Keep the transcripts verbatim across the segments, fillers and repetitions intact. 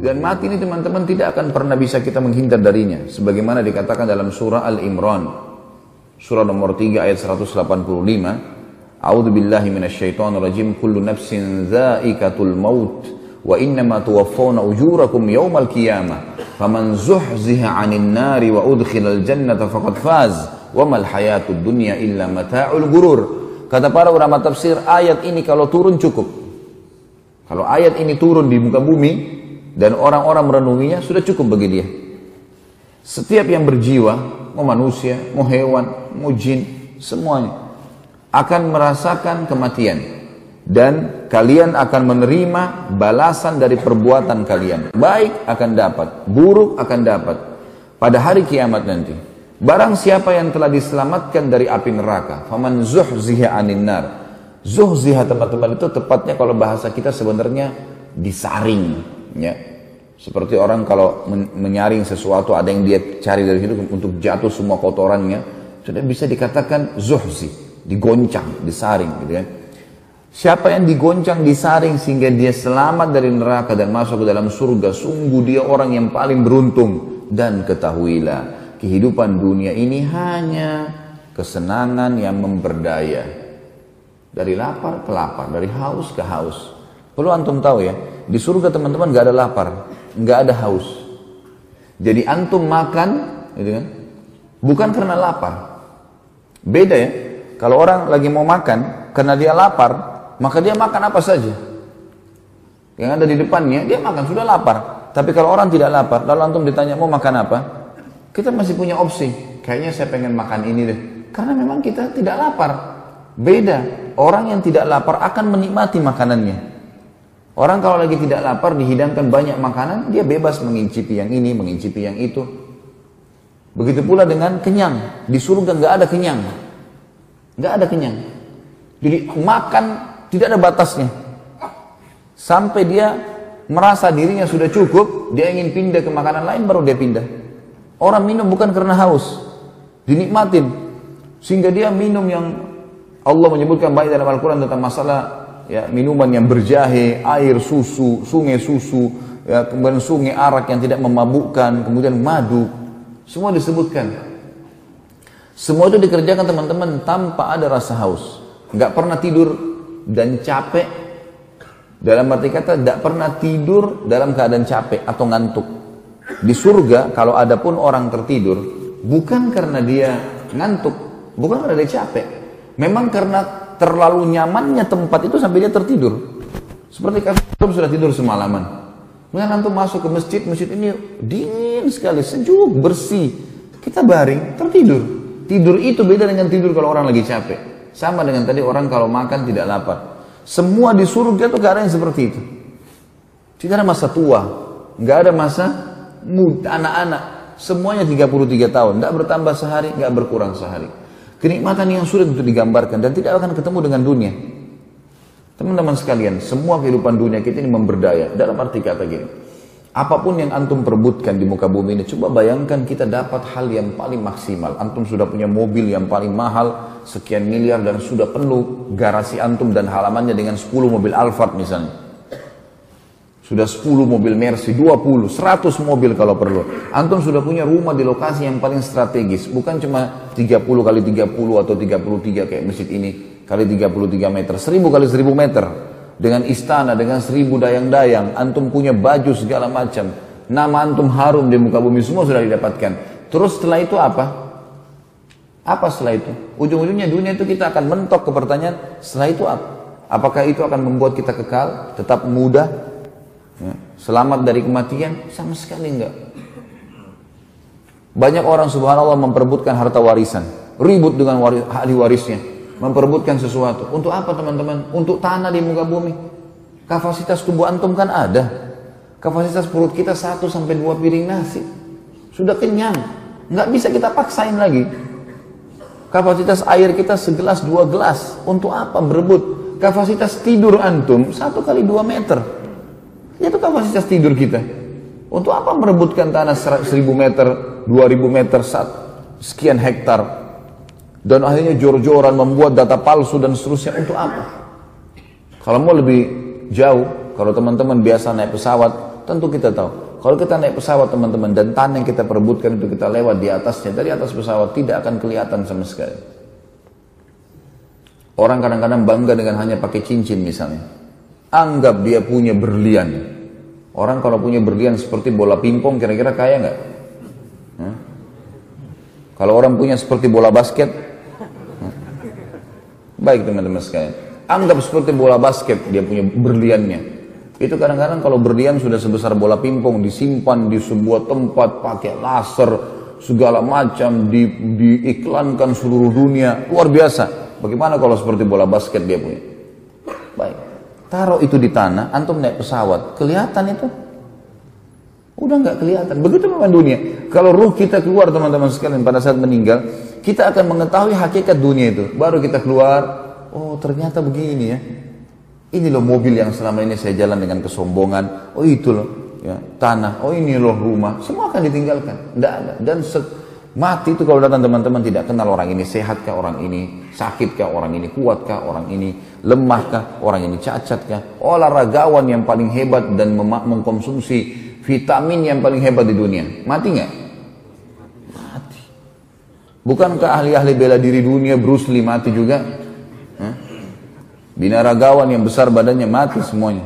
Dan mati ini teman-teman tidak akan pernah bisa kita menghindar darinya. Sebagaimana dikatakan dalam surah Al-Imran. Surah nomor tiga ayat seratus delapan puluh lima. A'udzu billahi minasyaitonir rajim. Kullu nafsin dha'iqatul maut wa innama tuwaffawna ujurakum yaumal qiyamah. Faman zuhziha 'anil nari wa udkhilal jannata faqad faz. Wa mal hayatud dunya illa mata'ul gurur. Kata para ulama tafsir, ayat ini kalau turun cukup. Kalau ayat ini turun di muka bumi dan orang-orang merenunginya, sudah cukup bagi dia. Setiap yang berjiwa, mau manusia, mau hewan, mau jin, semuanya akan merasakan kematian. Dan kalian akan menerima balasan dari perbuatan kalian. Baik akan dapat, buruk akan dapat pada hari kiamat nanti. Barang siapa yang telah diselamatkan dari api neraka, faman zuhziha 'anin nar. Zuhziha teman-teman itu tepatnya kalau bahasa kita sebenarnya disaring, ya. Seperti orang kalau men menyaring sesuatu, ada yang dia cari dari situ untuk jatuh semua kotorannya, sudah bisa dikatakan zuhzi, digoncang, disaring, gitu kan. Siapa yang digoncang, disaring sehingga dia selamat dari neraka dan masuk ke dalam surga, sungguh dia orang yang paling beruntung. Dan ketahuilah, kehidupan dunia ini hanya kesenangan yang memberdaya. Dari lapar ke lapar, dari haus ke haus. Perlu antum tahu ya, di surga teman-teman gak ada lapar, gak ada haus. Jadi antum makan, gitu kan, bukan karena lapar. Beda ya, kalau orang lagi mau makan, karena dia lapar, maka dia makan apa saja yang ada di depannya, dia makan, sudah lapar. Tapi kalau orang tidak lapar, lalu antum ditanya mau makan apa, kita masih punya opsi, kayaknya saya pengen makan ini deh, karena memang kita tidak lapar. Beda, orang yang tidak lapar akan menikmati makanannya. Orang kalau lagi tidak lapar, dihidangkan banyak makanan, dia bebas mengincipi yang ini, mengincipi yang itu. Begitu pula dengan kenyang. Di surga nggak ada kenyang, nggak ada kenyang. Jadi makan tidak ada batasnya. Sampai dia merasa dirinya sudah cukup, dia ingin pindah ke makanan lain, baru dia pindah. Orang minum bukan karena haus, dinikmatin. Sehingga dia minum yang Allah menyebutkan baik dalam Al-Quran tentang masalah ya, minuman yang berjahe, air susu, sungai susu, ya, kemudian sungai arak yang tidak memabukkan, kemudian madu, semua disebutkan. Semua itu dikerjakan teman-teman tanpa ada rasa haus. Nggak pernah tidur dan capek, dalam arti kata tidak pernah tidur dalam keadaan capek atau ngantuk. Di surga kalau ada pun orang tertidur, bukan karena dia ngantuk, bukan karena dia capek, memang karena terlalu nyamannya tempat itu sampai dia tertidur. Seperti kalau sudah tidur semalaman, kemudian antum masuk ke masjid, masjid ini dingin sekali, sejuk, bersih, kita baring, tertidur. Tidur itu beda dengan tidur kalau orang lagi capek. Sama dengan tadi orang kalau makan tidak lapar. Semua di surga itu keadaan seperti itu. Tidak ada masa tua, nggak ada masa muda, anak-anak. Semuanya tiga puluh tiga tahun, nggak bertambah sehari, nggak berkurang sehari. Kenikmatan yang sulit untuk digambarkan dan tidak akan ketemu dengan dunia. Teman-teman sekalian, semua kehidupan dunia kita ini memberdaya. Dalam arti kata gini, apapun yang antum perebutkan di muka bumi ini, coba bayangkan kita dapat hal yang paling maksimal. Antum sudah punya mobil yang paling mahal, sekian miliar dan sudah penuh garasi antum dan halamannya dengan sepuluh mobil Alphard misalnya. Sudah sepuluh mobil Mercy, dua puluh, seratus mobil kalau perlu. Antum sudah punya rumah di lokasi yang paling strategis. Bukan cuma tiga puluh kali tiga puluh atau tiga puluh tiga kayak masjid ini, kali tiga puluh tiga meter, seribu kali seribu meter. Dengan istana, dengan seribu dayang-dayang. Antum punya baju segala macam. Nama antum harum di muka bumi, semua sudah didapatkan. Terus setelah itu apa? Apa setelah itu? Ujung-ujungnya dunia itu kita akan mentok ke pertanyaan, setelah itu apa? Apakah itu akan membuat kita kekal, tetap muda, ya, selamat dari kematian? Sama sekali enggak. Banyak orang subhanallah memperebutkan harta warisan, ribut dengan waris, ahli warisnya, memperebutkan sesuatu. Untuk apa teman-teman? Untuk tanah di muka bumi. Kapasitas tubuh antum kan ada. Kapasitas perut kita satu sampai dua piring nasi. Sudah kenyang. Nggak bisa kita paksain lagi. Kapasitas air kita segelas dua gelas. Untuk apa berebut? Kapasitas tidur antum satu kali dua meter. Itu kapasitas tidur kita. Untuk apa merebutkan tanah seribu meter, dua ribu meter, sekian hektar, dan akhirnya jor-joran membuat data palsu dan seterusnya? Untuk apa? Kalau mau lebih jauh, kalau teman-teman biasa naik pesawat Tentu kita tahu. Kalau kita naik pesawat teman-teman dan tanah yang kita perebutkan itu kita lewat di atasnya, dari atas pesawat tidak akan kelihatan sama sekali. Orang kadang-kadang bangga dengan hanya pakai cincin misalnya. Anggap dia punya berlian. Orang kalau punya berlian seperti bola pingpong kira-kira kaya nggak? Hah? Kalau orang punya seperti bola basket, hah? Baik teman-teman sekalian. Anggap seperti bola basket dia punya berliannya. Itu kadang-kadang kalau berlian sudah sebesar bola pingpong disimpan di sebuah tempat pakai laser segala macam di, diiklankan seluruh dunia luar biasa. Bagaimana kalau seperti bola basket dia punya? Baik, taruh itu di tanah, antum naik pesawat, kelihatan itu? Udah nggak kelihatan. Begitu memang dunia. Kalau ruh kita keluar teman-teman sekalian pada saat meninggal, kita akan mengetahui hakikat dunia itu. Baru kita keluar, oh ternyata begini ya. Ini loh mobil yang selama ini saya jalan dengan kesombongan. Oh itu loh ya, tanah. Oh ini loh rumah. Semua akan ditinggalkan. Tidak ada. Dan mati itu kalau datang teman-teman tidak kenal orang ini sehatkah, orang ini sakitkah, orang ini kuatkah, orang ini lemahkah, orang ini cacatkah. Olahragawan yang paling hebat dan mengkonsumsi vitamin yang paling hebat di dunia. Mati nggak? Mati. Bukankah ahli-ahli bela diri dunia Bruce Lee mati juga? Hah? Binaragawan yang besar badannya mati semuanya.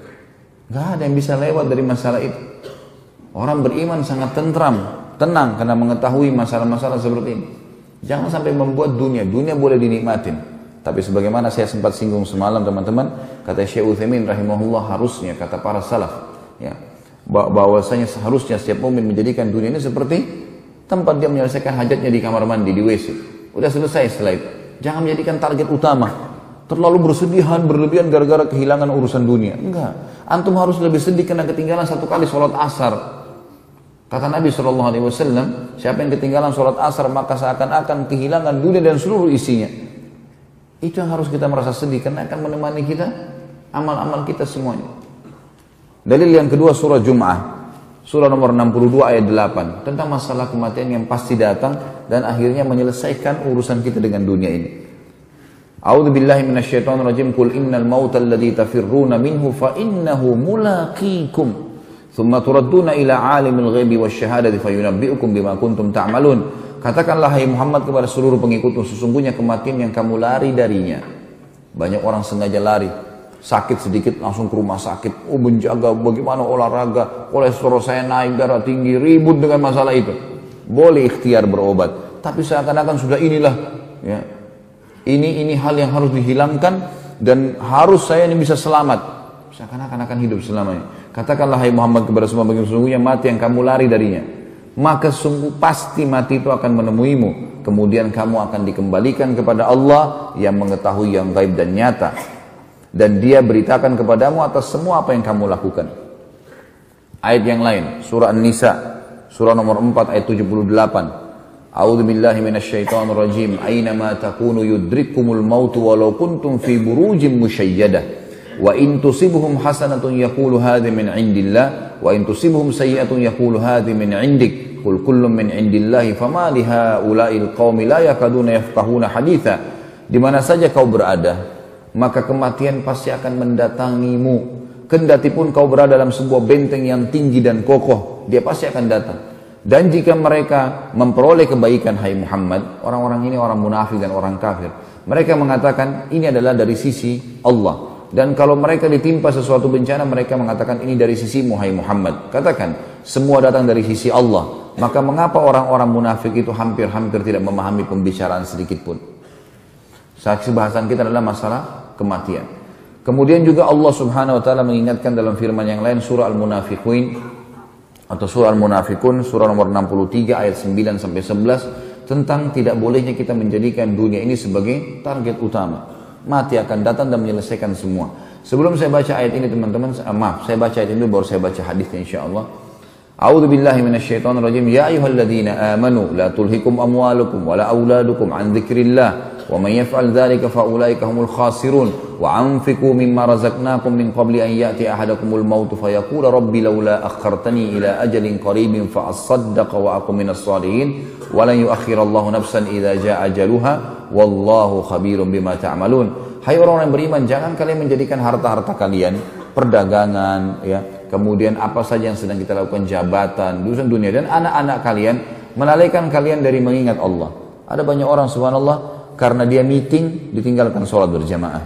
Gak ada yang bisa lewat dari masalah itu. Orang beriman sangat tentram, tenang karena mengetahui masalah-masalah seperti ini. Jangan sampai membuat dunia, dunia boleh dinikmatin. Tapi sebagaimana saya sempat singgung semalam teman-teman, kata Syekh Utsaimin rahimahullah, harusnya kata para salaf, ya, bahwasanya seharusnya setiap mukmin menjadikan dunia ini seperti tempat dia menyelesaikan hajatnya di kamar mandi, di W C. Udah selesai setelah itu. Jangan menjadikan target utama. Terlalu bersedihan, berlebihan gara-gara kehilangan urusan dunia. Enggak. Antum harus lebih sedih karena ketinggalan satu kali sholat asar. Kata Nabi shallallahu alaihi wasallam, siapa yang ketinggalan sholat asar maka seakan-akan kehilangan dunia dan seluruh isinya. Itu yang harus kita merasa sedih karena akan menemani kita amal-amal kita semuanya. Dalil yang kedua surah Jum'ah. Surah nomor enam puluh dua ayat delapan. Tentang masalah kematian yang pasti datang dan akhirnya menyelesaikan urusan kita dengan dunia ini. A'udzu billahi minasyaitonir rajim. Qul innal mautal ladzi tafirruna minhu fa innahu mulaqikum. Tsumma turadduna ila 'alimil ghaibi wasyahadati fayunabbi'ukum bima kuntum ta'malun. Katakanlah hai Muhammad kepada seluruh pengikutmu, sesungguhnya kematian yang kamu lari darinya. Banyak orang sengaja lari, sakit sedikit langsung ke rumah sakit. Oh menjaga bagaimana olahraga, kolesterol saya naik, darah tinggi, ribut dengan masalah itu. Boleh ikhtiar berobat, tapi seakan-akan sudah inilah ya. Ini ini hal yang harus dihilangkan dan harus saya ini bisa selamat. Seakan-akan akan hidup selamanya. Katakanlah hai Muhammad kepada semua bagi sesungguhnya mati yang kamu lari darinya. Maka sungguh pasti mati itu akan menemuimu. Kemudian kamu akan dikembalikan kepada Allah yang mengetahui yang gaib dan nyata. Dan dia beritakan kepadamu atas semua apa yang kamu lakukan. Ayat yang lain, surah An-Nisa, surah nomor empat ayat tujuh puluh delapan. A'udzu billahi minasyaitonir rajim. Aynama takunu yudrikkumul maut walau kuntum fi burujin musyayyadah. Wa in tusibhum hasanatun yaqulu hadhi min indillah wa in tusibhum sayyi'atun yaqulu hadhi min indik. Qul kullun min indillahi fama li haula'il qaumi la yakaduna yafqahuna haditha. Di mana saja kau berada, maka kematian pasti akan mendatangimu. Kendati pun kau berada dalam sebuah benteng yang tinggi dan kokoh, dia pasti akan datang. Dan jika mereka memperoleh kebaikan, hai Muhammad, orang-orang ini orang munafik dan orang kafir, mereka mengatakan ini adalah dari sisi Allah. Dan kalau mereka ditimpa sesuatu bencana, mereka mengatakan ini dari sisimu, hai Muhammad. Katakan, semua datang dari sisi Allah. Maka mengapa orang-orang munafik itu hampir-hampir tidak memahami pembicaraan sedikit pun? Saksi bahasan kita adalah masalah kematian. Kemudian juga Allah subhanahu wa ta'ala mengingatkan dalam firman yang lain, surah Al-Munafiqun, atau surah Al-Munafikun, surah nomor enam puluh tiga ayat sembilan sampai sebelas, tentang tidak bolehnya kita menjadikan dunia ini sebagai target utama. Mati akan datang dan menyelesaikan semua. Sebelum saya baca ayat ini teman-teman, maaf, saya baca ayat ini baru saya baca hadisnya insyaallah. A'udzu billahi minasyaitonir rajim. Ya ayyuhalladzina amanu la tulhikum amwalukum wala auladukum an dzikrillah. وَمَنْ يَفْعَلْ ذَلِكَ فَأُولَٰئِكَ هُمُ الْخَاسِرُونَ وَأَنْفِقُوا مِمَّا رَزَقْنَاكُمْ مِنْ قَبْلِ أَنْ يَأْتِيَ أَحَدَكُمُ الْمَوْتُ فَيَقُولَ رَبِّ لَوْلَا أَخَّرْتَنِي إِلَىٰ أَجَلٍ قَرِيبٍ فَأَصَّدَّقَ وَأَكُن مِنَ الصَّالِحِينَ وَلَنْ يُؤَخِّرَ اللَّهُ نَفْسًا إِذَا جَاءَ أَجَلُهَا وَاللَّهُ خَبِيرٌ بِمَا تَعْمَلُونَ. Hai orang-orang yang beriman, jangan kalian menjadikan harta-harta kalian, perdagangan, ya, kemudian apa saja yang sedang kita lakukan, jabatan, urusan dunia, dan anak-anak kalian melalaikan kalian dari mengingat Allah. Ada banyak orang subhanallah karena dia meeting ditinggalkan sholat berjamaah.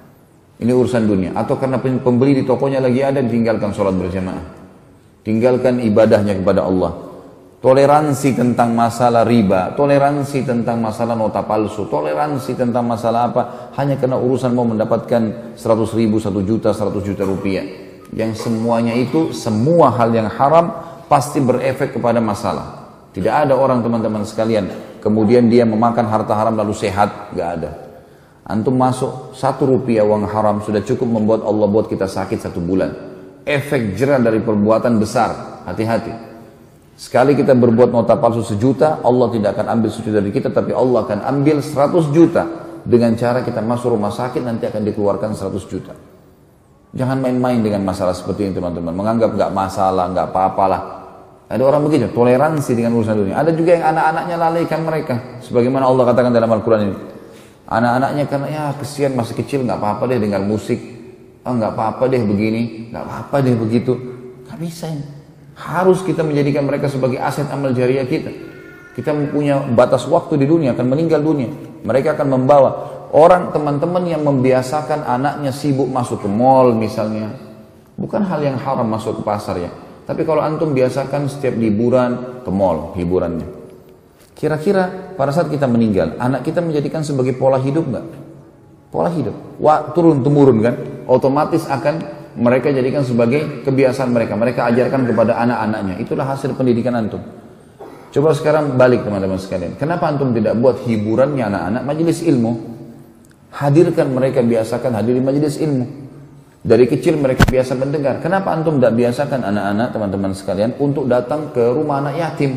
Ini urusan dunia. Atau karena pembeli di tokonya lagi ada ditinggalkan sholat berjamaah. Tinggalkan ibadahnya kepada Allah. Toleransi tentang masalah riba, toleransi tentang masalah nota palsu, toleransi tentang masalah apa, hanya karena urusan mau mendapatkan seratus ribu, satu juta, seratus juta rupiah. Yang semuanya itu, semua hal yang haram pasti berefek kepada masalah. Tidak ada orang teman-teman sekalian, kemudian dia memakan harta haram lalu sehat, gak ada. Antum masuk satu rupiah uang haram sudah cukup membuat Allah buat kita sakit satu bulan. Efek jerah dari perbuatan besar, hati-hati. Sekali kita berbuat nota palsu sejuta, Allah tidak akan ambil sejuta dari kita, tapi Allah akan ambil seratus juta. Dengan cara kita masuk rumah sakit, nanti akan dikeluarkan seratus juta. Jangan main-main dengan masalah seperti ini teman-teman. Menganggap gak masalah, gak apa-apalah. Ada orang begitu, toleransi dengan urusan dunia. Ada juga yang anak-anaknya lalaikan mereka. Sebagaimana Allah katakan dalam Al-Quran ini. Anak-anaknya karena ya kesian masih kecil, gak apa-apa deh dengar musik. Oh, gak apa-apa deh begini, gak apa-apa deh begitu. Gak bisa ini. Harus kita menjadikan mereka sebagai aset amal jariah kita. Kita punya batas waktu di dunia, akan meninggal dunia. Mereka akan membawa orang, teman-teman yang membiasakan anaknya sibuk masuk ke mall misalnya. Bukan hal yang haram masuk ke pasar ya. Tapi kalau antum biasakan setiap liburan ke mall, hiburannya. Kira-kira pada saat kita meninggal, anak kita menjadikan sebagai pola hidup nggak? Pola hidup. Wah, turun-temurun kan? Otomatis akan mereka jadikan sebagai kebiasaan mereka. Mereka ajarkan kepada anak-anaknya. Itulah hasil pendidikan antum. Coba sekarang balik teman-teman sekalian. Kenapa antum tidak buat hiburannya anak-anak majelis ilmu? Hadirkan mereka, biasakan hadir di majelis ilmu. Dari kecil mereka biasa mendengar. Kenapa antum tidak biasakan anak-anak teman-teman sekalian untuk datang ke rumah anak yatim?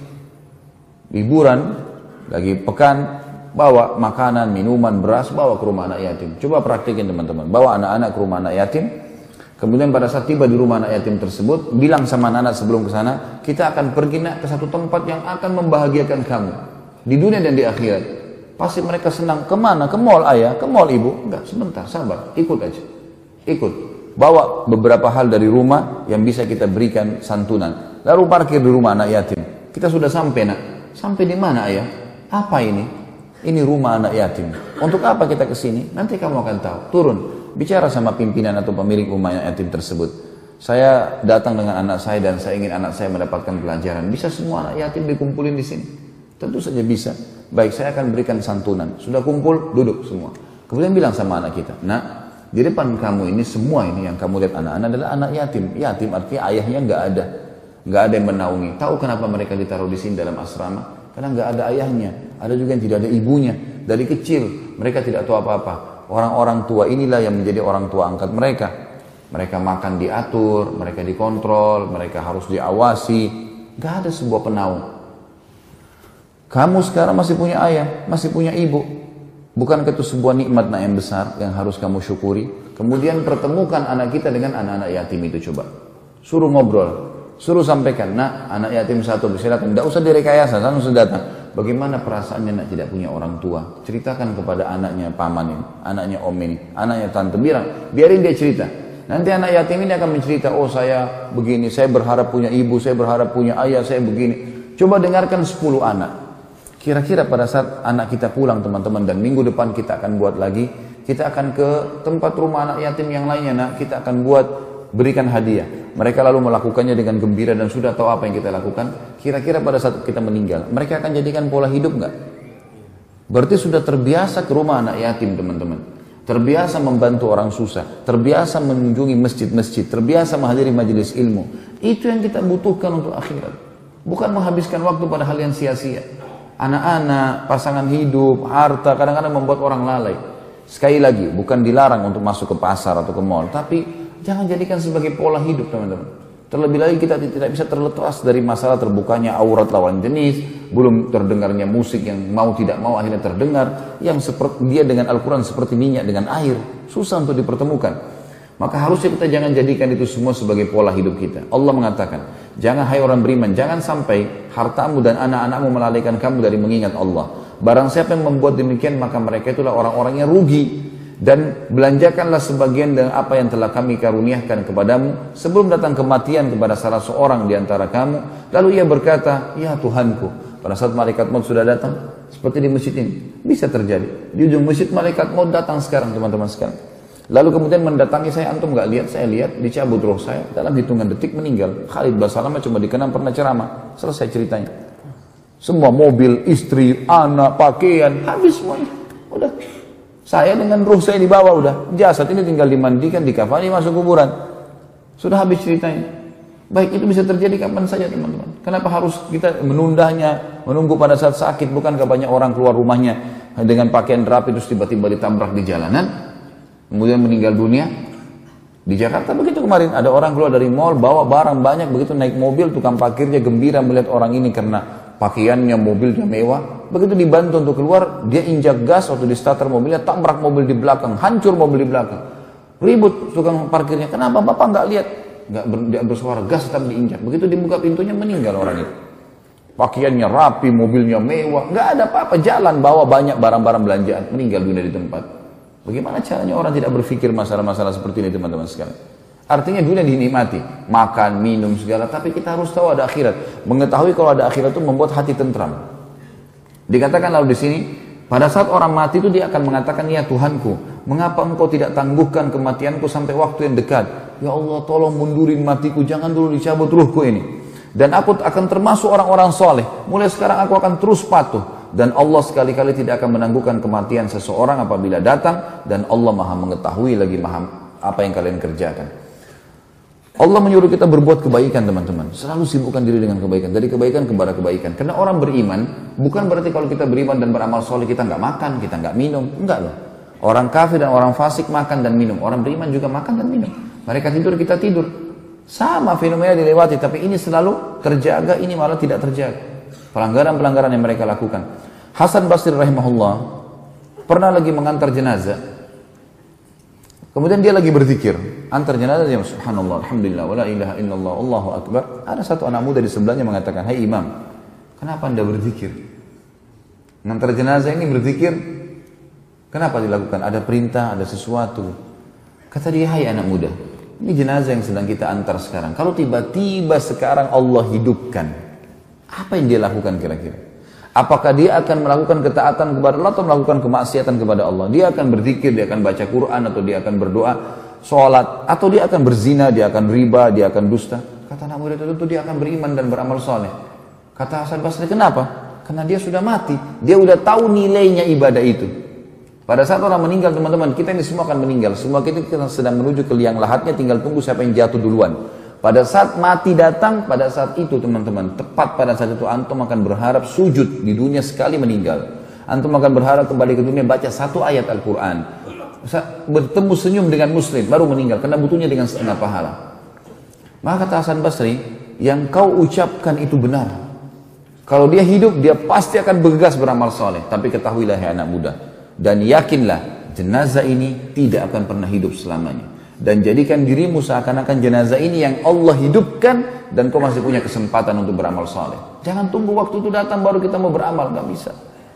Liburan, lagi pekan, bawa makanan, minuman, beras, bawa ke rumah anak yatim. Coba praktikin teman-teman. Bawa anak-anak ke rumah anak yatim. Kemudian pada saat tiba di rumah anak yatim tersebut, bilang sama anak-anak sebelum ke sana, kita akan pergi nak ke satu tempat yang akan membahagiakan kamu di dunia dan di akhirat. Pasti mereka senang. Kemana? Ke mall ayah, ke mall ibu. Enggak, sebentar, sabar, ikut aja, ikut. Bawa beberapa hal dari rumah yang bisa kita berikan santunan. Lalu parkir di rumah anak yatim. Kita sudah sampai nak. Sampai di mana ayah? Apa ini? Ini rumah anak yatim. Untuk apa kita ke sini? Nanti kamu akan tahu. Turun. Bicara sama pimpinan atau pemilik rumah yatim tersebut. Saya datang dengan anak saya dan saya ingin anak saya mendapatkan pelajaran. Bisa semua anak yatim dikumpulin di sini? Tentu saja bisa. Baik, saya akan berikan santunan. Sudah kumpul, duduk semua. Kemudian bilang sama anak kita, nak, di depan kamu ini semua ini yang kamu lihat anak-anak adalah anak yatim. Yatim artinya ayahnya nggak ada, nggak ada yang menaungi. Tahu kenapa mereka ditaruh di sini dalam asrama? Karena nggak ada ayahnya. Ada juga yang tidak ada ibunya. Dari kecil mereka tidak tahu apa-apa. Orang-orang tua inilah yang menjadi orang tua angkat mereka. Mereka makan diatur, mereka dikontrol, mereka harus diawasi. Gak ada sebuah penaung. Kamu sekarang masih punya ayah, masih punya ibu. Bukankah itu sebuah nikmat yang besar yang harus kamu syukuri? Kemudian pertemukan anak kita dengan anak-anak yatim itu coba. Suruh ngobrol, suruh sampaikan, nak anak yatim satu, silakan. Tidak usah direkayasa, langsung datang. Bagaimana perasaannya nak tidak punya orang tua? Ceritakan kepada anaknya paman ini, anaknya om ini, anaknya tante. Biar, biarin dia cerita. Nanti anak yatim ini akan mencerita, oh saya begini, saya berharap punya ibu, saya berharap punya ayah, saya begini. Coba dengarkan sepuluh anak. Kira-kira pada saat anak kita pulang teman-teman, dan minggu depan kita akan buat lagi, kita akan ke tempat rumah anak yatim yang lainnya, nak, kita akan buat, berikan hadiah. Mereka lalu melakukannya dengan gembira dan sudah tahu apa yang kita lakukan. Kira-kira pada saat kita meninggal, mereka akan jadikan pola hidup enggak? Berarti sudah terbiasa ke rumah anak yatim teman-teman. Terbiasa membantu orang susah. Terbiasa mengunjungi masjid-masjid. Terbiasa menghadiri majelis ilmu. Itu yang kita butuhkan untuk akhirat. Bukan menghabiskan waktu pada hal yang sia-sia. Anak-anak, pasangan hidup, harta kadang-kadang membuat orang lalai. Sekali lagi, bukan dilarang untuk masuk ke pasar atau ke mall. Tapi jangan jadikan sebagai pola hidup teman-teman. Terlebih lagi kita tidak bisa terlepas dari masalah terbukanya aurat lawan jenis, belum terdengarnya musik yang mau tidak mau akhirnya terdengar, yang seperti dia dengan Al-Quran seperti minyak dengan air, susah untuk dipertemukan. Maka harusnya kita jangan jadikan itu semua sebagai pola hidup kita. Allah mengatakan, jangan hai orang beriman, jangan sampai hartamu dan anak-anakmu melalaikan kamu dari mengingat Allah. Barang siapa yang membuat demikian, maka mereka itulah orang-orang yang rugi. dan belanjakanlah sebagian dari apa yang telah kami karuniakan kepadamu sebelum datang kematian kepada salah seorang di antara kamu. Lalu ia berkata, ya Tuhanku, pada saat malaikat maut sudah datang, seperti di masjid ini, bisa terjadi. Di ujung masjid malaikat maut datang sekarang teman-teman sekalian. Lalu kemudian mendatangi saya, antum nggak lihat, saya lihat, dicabut roh saya, dalam hitungan detik meninggal. Khalid Basalamah cuma dikenang pernah ceramah, selesai ceritanya. Semua mobil, istri, anak, pakaian, habis semuanya. Udah. Saya dengan ruh saya dibawa udah. Jasad ini tinggal dimandikan, dikafani, masuk kuburan. Sudah habis ceritanya. Baik, itu bisa terjadi kapan saja teman-teman. Kenapa harus kita menundanya, menunggu pada saat sakit? Bukankah banyak orang keluar rumahnya dengan pakaian rapi terus tiba-tiba ditabrak di jalanan, kemudian meninggal dunia? Di Jakarta begitu kemarin, ada orang keluar dari mall bawa barang banyak, begitu naik mobil, tukang parkirnya gembira melihat orang ini karena pakaiannya, mobilnya mewah. Begitu dibantu untuk keluar, dia injak gas waktu di starter mobilnya, tabrak mobil di belakang, hancur mobil di belakang. Ribut tukang parkirnya, kenapa bapak nggak lihat? Nggak ber, bersuara, gas tetap diinjak. Begitu dibuka pintunya, meninggal orang itu. Pakaiannya rapi, mobilnya mewah, nggak ada apa-apa, jalan bawa banyak barang-barang belanjaan, meninggal dunia di tempat. Bagaimana caranya orang tidak berpikir masalah-masalah seperti ini teman-teman sekalian? Artinya dunia dinikmati, makan, minum segala, tapi kita harus tahu ada akhirat. Mengetahui kalau ada akhirat itu membuat hati tentram. Dikatakan lalu di sini, pada saat orang mati itu dia akan mengatakan, ya Tuhanku, mengapa engkau tidak tangguhkan kematianku sampai waktu yang dekat? Ya Allah, tolong mundurin matiku, jangan dulu dicabut ruhku ini. Dan aku akan termasuk orang-orang soleh. Mulai sekarang aku akan terus patuh. Dan Allah sekali-kali tidak akan menangguhkan kematian seseorang apabila datang. Dan Allah maha mengetahui lagi maha apa yang kalian kerjakan. Allah menyuruh kita berbuat kebaikan teman-teman. Selalu sibukkan diri dengan kebaikan. Dari kebaikan kepada kebaikan. Karena orang beriman, bukan berarti kalau kita beriman dan beramal soleh kita nggak makan, kita nggak minum. Enggak loh. Orang kafir dan orang fasik makan dan minum. Orang beriman juga makan dan minum. Mereka tidur, kita tidur. Sama fenomena dilewati, tapi ini selalu terjaga, ini malah tidak terjaga. Pelanggaran-pelanggaran yang mereka lakukan. Hasan Basri rahimahullah pernah lagi mengantar jenazah. Kemudian dia lagi berzikir, antar jenazah dia subhanallah, alhamdulillah, wala ilaha illallah, Allahu akbar. Ada satu anak muda di sebelahnya mengatakan, "Hai imam, kenapa Anda berzikir? Mengantar jenazah ini berzikir, kenapa dilakukan? Ada perintah, ada sesuatu." Kata dia, "Hai anak muda, ini jenazah yang sedang kita antar sekarang. Kalau tiba-tiba sekarang Allah hidupkan, apa yang dia lakukan kira-kira? Apakah dia akan melakukan ketaatan kepada Allah atau melakukan kemaksiatan kepada Allah? Dia akan berzikir, dia akan baca Quran, atau dia akan berdoa, sholat, atau dia akan berzina, dia akan riba, dia akan dusta?" Kata anak muda itu, tentu dia akan beriman dan beramal soleh. Kata Hasan Basri, kenapa? Karena dia sudah mati, dia sudah tahu nilainya ibadah itu. Pada saat orang meninggal teman-teman, kita ini semua akan meninggal. Semua kita, kita sedang menuju ke liang lahatnya, tinggal tunggu siapa yang jatuh duluan. Pada saat mati datang, pada saat itu teman-teman, tepat pada saat itu antum akan berharap sujud di dunia sekali meninggal. Antum akan berharap kembali ke dunia baca satu ayat Al-Quran. Bertemu senyum dengan muslim, baru meninggal, karena butuhnya dengan setengah pahala. Maka kata Hasan Basri, yang kau ucapkan itu benar. Kalau dia hidup, dia pasti akan bergegas beramal soleh. Tapi ketahuilah ya anak muda, dan yakinlah jenazah ini tidak akan pernah hidup selamanya. Dan jadikan dirimu seakan-akan jenazah ini yang Allah hidupkan, dan kau masih punya kesempatan untuk beramal saleh. Jangan tunggu waktu itu datang baru kita mau beramal, nggak bisa.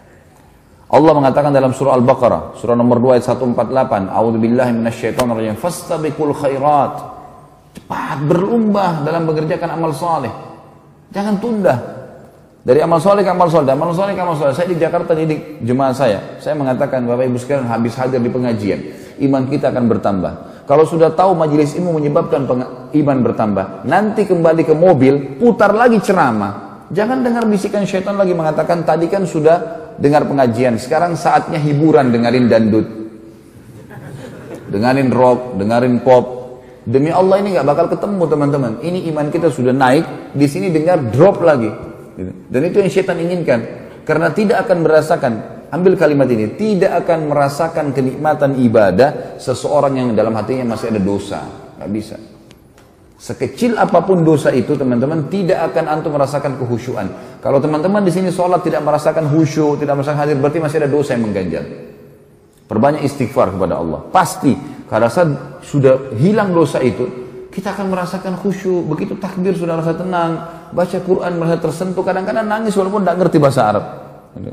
Allah mengatakan dalam surah Al-Baqarah, surah nomor dua ayat seratus empat puluh delapan, A'udzubillahi minasyaitonirrajim, fastabiqul khairat. Cepat berlomba dalam mengerjakan amal saleh. Jangan tunda. Dari amal soleh ke amal soleh, amal soleh ke amal soleh. Saya di Jakarta didik jemaah saya. Saya mengatakan, Bapak Ibu sekalian, habis hadir di pengajian, iman kita akan bertambah. Kalau sudah tahu majelis ilmu menyebabkan iman bertambah, nanti kembali ke mobil, putar lagi ceramah. Jangan dengar bisikan syaitan lagi mengatakan, tadi kan sudah dengar pengajian, sekarang saatnya hiburan, dengerin dandut, dengerin rock, dengerin pop. Demi Allah ini nggak bakal ketemu teman-teman. Ini iman kita sudah naik, di sini dengar drop lagi. Dan itu yang syaitan inginkan. Karena tidak akan merasakan, ambil kalimat ini, tidak akan merasakan kenikmatan ibadah seseorang yang dalam hatinya masih ada dosa. Nggak bisa. Sekecil apapun dosa itu teman-teman, tidak akan antum merasakan kehusyuan. Kalau teman-teman di sini sholat tidak merasakan khusyuk, tidak merasakan hadir, berarti masih ada dosa yang mengganjal. Perbanyak istighfar kepada Allah. Pasti, karena saat sudah hilang dosa itu, kita akan merasakan khusyuk. Begitu takbir sudah rasa tenang, baca Quran merasa tersentuh, kadang-kadang nangis walaupun tidak ngerti bahasa Arab.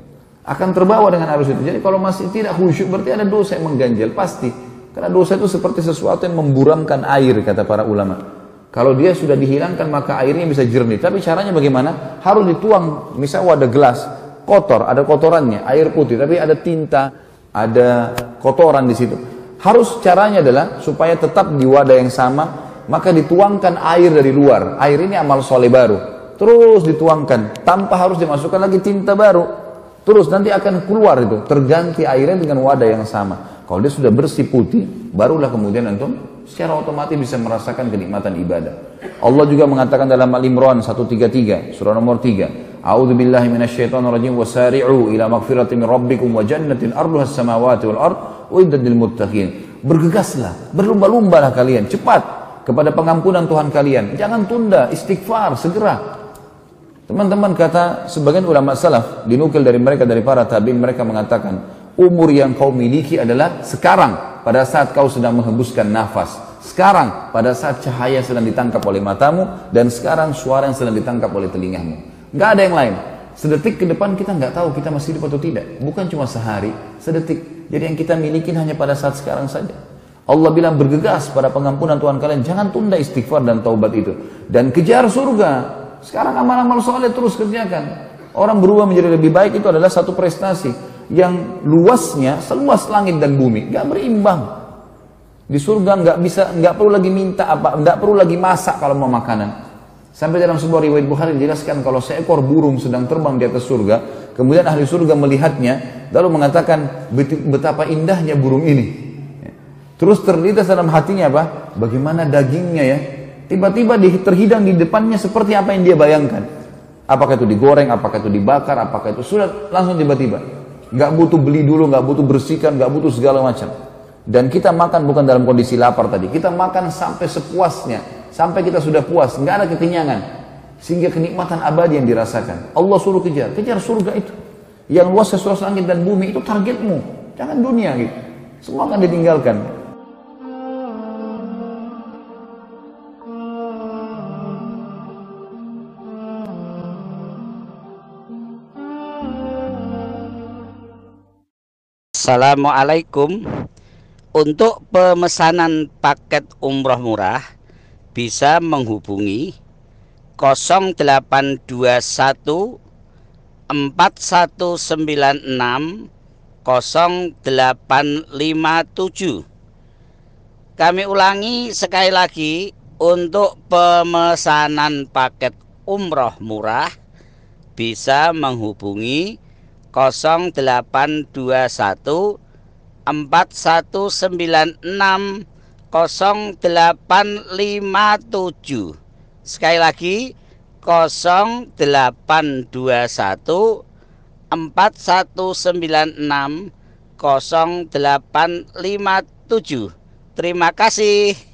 akan terbawa dengan arus itu. Jadi kalau masih tidak khusyuk berarti ada dosa yang mengganjal, pasti. Karena dosa itu seperti sesuatu yang memburamkan air, kata para ulama. Kalau dia sudah dihilangkan maka airnya bisa jernih. Tapi caranya bagaimana? Harus dituang. Misal ada gelas kotor, ada kotorannya, air putih, tapi ada tinta, ada kotoran di situ. Harus caranya adalah supaya tetap di wadah yang sama, maka dituangkan air dari luar. Air ini amal soleh baru. Terus dituangkan, tanpa harus dimasukkan lagi tinta baru. Terus nanti akan keluar itu, terganti airnya dengan wadah yang sama. Kalau dia sudah bersih putih, barulah kemudian antum secara otomatis bisa merasakan kenikmatan ibadah. Allah juga mengatakan dalam Al-Imran seratus tiga puluh tiga, surah nomor tiga. A'udzu billahi minasyaitonir rajim wasari'u ila magfiratin min rabbikum wa jannatin arduhas samawati wal ard uiddat lil muttaqin. Bergegaslah, berlumba-lumbalah kalian, cepat kepada pengampunan Tuhan kalian. Jangan tunda, istighfar segera. Teman-teman, kata sebagian ulama salaf, dinukil dari mereka dari para tabi'in, mereka mengatakan, umur yang kau miliki adalah sekarang pada saat kau sedang menghembuskan nafas, sekarang pada saat cahaya sedang ditangkap oleh matamu, dan sekarang suara yang sedang ditangkap oleh telingamu. Nggak ada yang lain. Sedetik ke depan kita nggak tahu kita masih hidup atau tidak. Bukan cuma sehari, sedetik. Jadi yang kita miliki hanya pada saat sekarang saja. Allah bilang bergegas pada pengampunan Tuhan kalian. Jangan tunda istighfar dan taubat itu. Dan kejar surga. Sekarang amal-amal soleh terus kerjakan. Orang berubah menjadi lebih baik itu adalah satu prestasi yang luasnya seluas langit dan bumi. Nggak berimbang. Di surga nggak bisa, nggak perlu lagi minta apa, nggak perlu lagi masak kalau mau makanan. Sampai dalam sebuah riwayat Bukhari dijelaskan kalau seekor burung sedang terbang di atas surga, kemudian ahli surga melihatnya, lalu mengatakan betapa indahnya burung ini. Terus terlintas dalam hatinya apa? Bagaimana dagingnya ya? Tiba-tiba terhidang di depannya seperti apa yang dia bayangkan. Apakah itu digoreng, apakah itu dibakar, apakah itu sudah langsung tiba-tiba. Gak butuh beli dulu, gak butuh bersihkan, gak butuh segala macam. Dan kita makan bukan dalam kondisi lapar tadi, kita makan sampai sepuasnya. Sampai kita sudah puas, nggak ada kekenyangan. Sehingga kenikmatan abadi yang dirasakan. Allah suruh kejar, kejar surga itu. Yang luas seluas langit dan bumi, itu targetmu. Jangan dunia gitu. Semua akan ditinggalkan. Assalamualaikum. Untuk pemesanan paket umroh murah bisa menghubungi nol delapan dua satu empat satu sembilan enam nol delapan lima tujuh. Kami ulangi sekali lagi, untuk pemesanan paket umroh murah bisa menghubungi nol delapan dua satu empat satu sembilan enam nol delapan lima tujuh. Sekali lagi nol delapan dua satu empat satu sembilan enam nol delapan lima tujuh. Terima kasih.